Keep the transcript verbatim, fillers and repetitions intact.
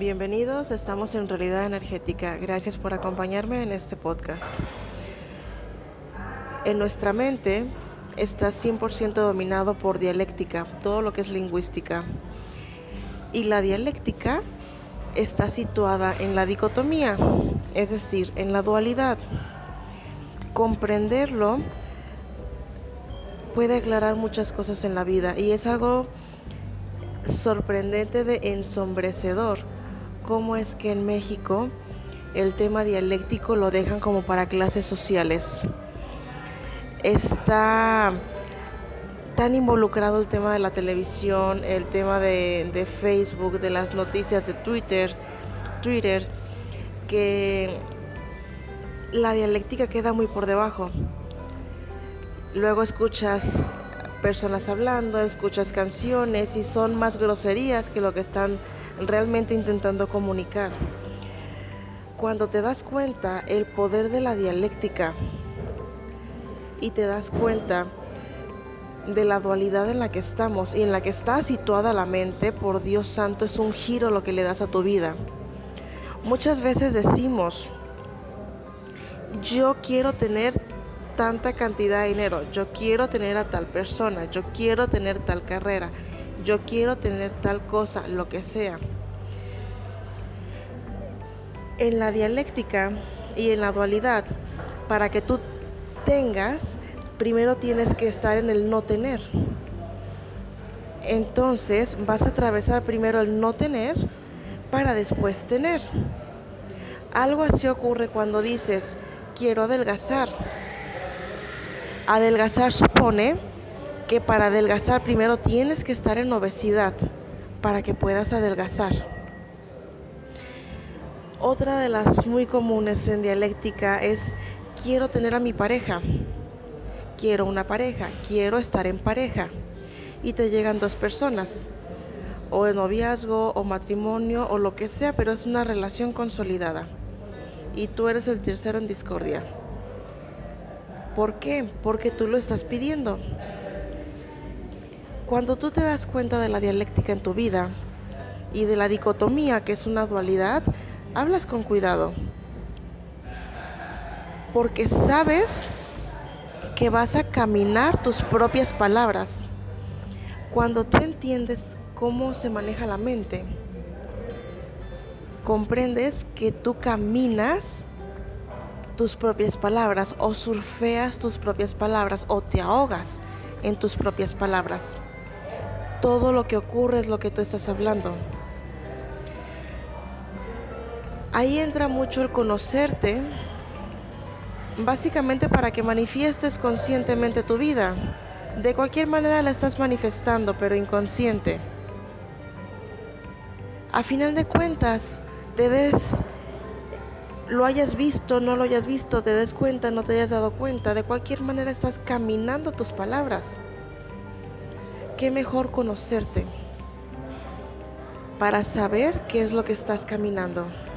Bienvenidos, estamos en Realidad Energética. Gracias por acompañarme en este podcast. En nuestra mente está cien por ciento dominado por dialéctica, todo lo que es lingüística. Y la dialéctica está situada en la dicotomía, es decir, en la dualidad. Comprenderlo puede aclarar muchas cosas en la vida y es algo sorprendente de ensombrecedor. Cómo es que en México el tema dialéctico lo dejan como para clases sociales. Está tan involucrado el tema de la televisión, el tema de, de Facebook, de las noticias de Twitter, Twitter, que la dialéctica queda muy por debajo. Luego escuchas personas hablando, escuchas canciones y son más groserías que lo que están realmente intentando comunicar. Cuando te das cuenta el poder de la dialéctica y te das cuenta de la dualidad en la que estamos y en la que está situada la mente, por Dios santo, es un giro lo que le das a tu vida. Muchas veces decimos, yo quiero tener tanta cantidad de dinero, yo quiero tener a tal persona, yo quiero tener tal carrera, yo quiero tener tal cosa, lo que sea. En la dialéctica y en la dualidad, para que tú tengas, primero tienes que estar en el no tener. Entonces vas a atravesar primero el no tener para después tener. Algo así ocurre cuando dices, quiero adelgazar. Adelgazar supone que para adelgazar primero tienes que estar en obesidad para que puedas adelgazar. Otra de las muy comunes en dialéctica es quiero tener a mi pareja, quiero una pareja, quiero estar en pareja y te llegan dos personas o en noviazgo o matrimonio o lo que sea, pero es una relación consolidada y tú eres el tercero en discordia. ¿Por qué? Porque tú lo estás pidiendo. Cuando tú te das cuenta de la dialéctica en tu vida y de la dicotomía, que es una dualidad, hablas con cuidado. Porque sabes que vas a caminar tus propias palabras. Cuando tú entiendes cómo se maneja la mente, comprendes que tú caminas tus propias palabras o surfeas tus propias palabras o te ahogas en tus propias palabras. Todo lo que ocurre es lo que tú estás hablando. Ahí entra mucho el conocerte, básicamente para que manifiestes conscientemente tu vida. De cualquier manera la estás manifestando, pero inconsciente. A final de cuentas, te des lo hayas visto, no lo hayas visto, te des cuenta, no te hayas dado cuenta, de cualquier manera estás caminando tus palabras. Qué mejor conocerte para saber qué es lo que estás caminando.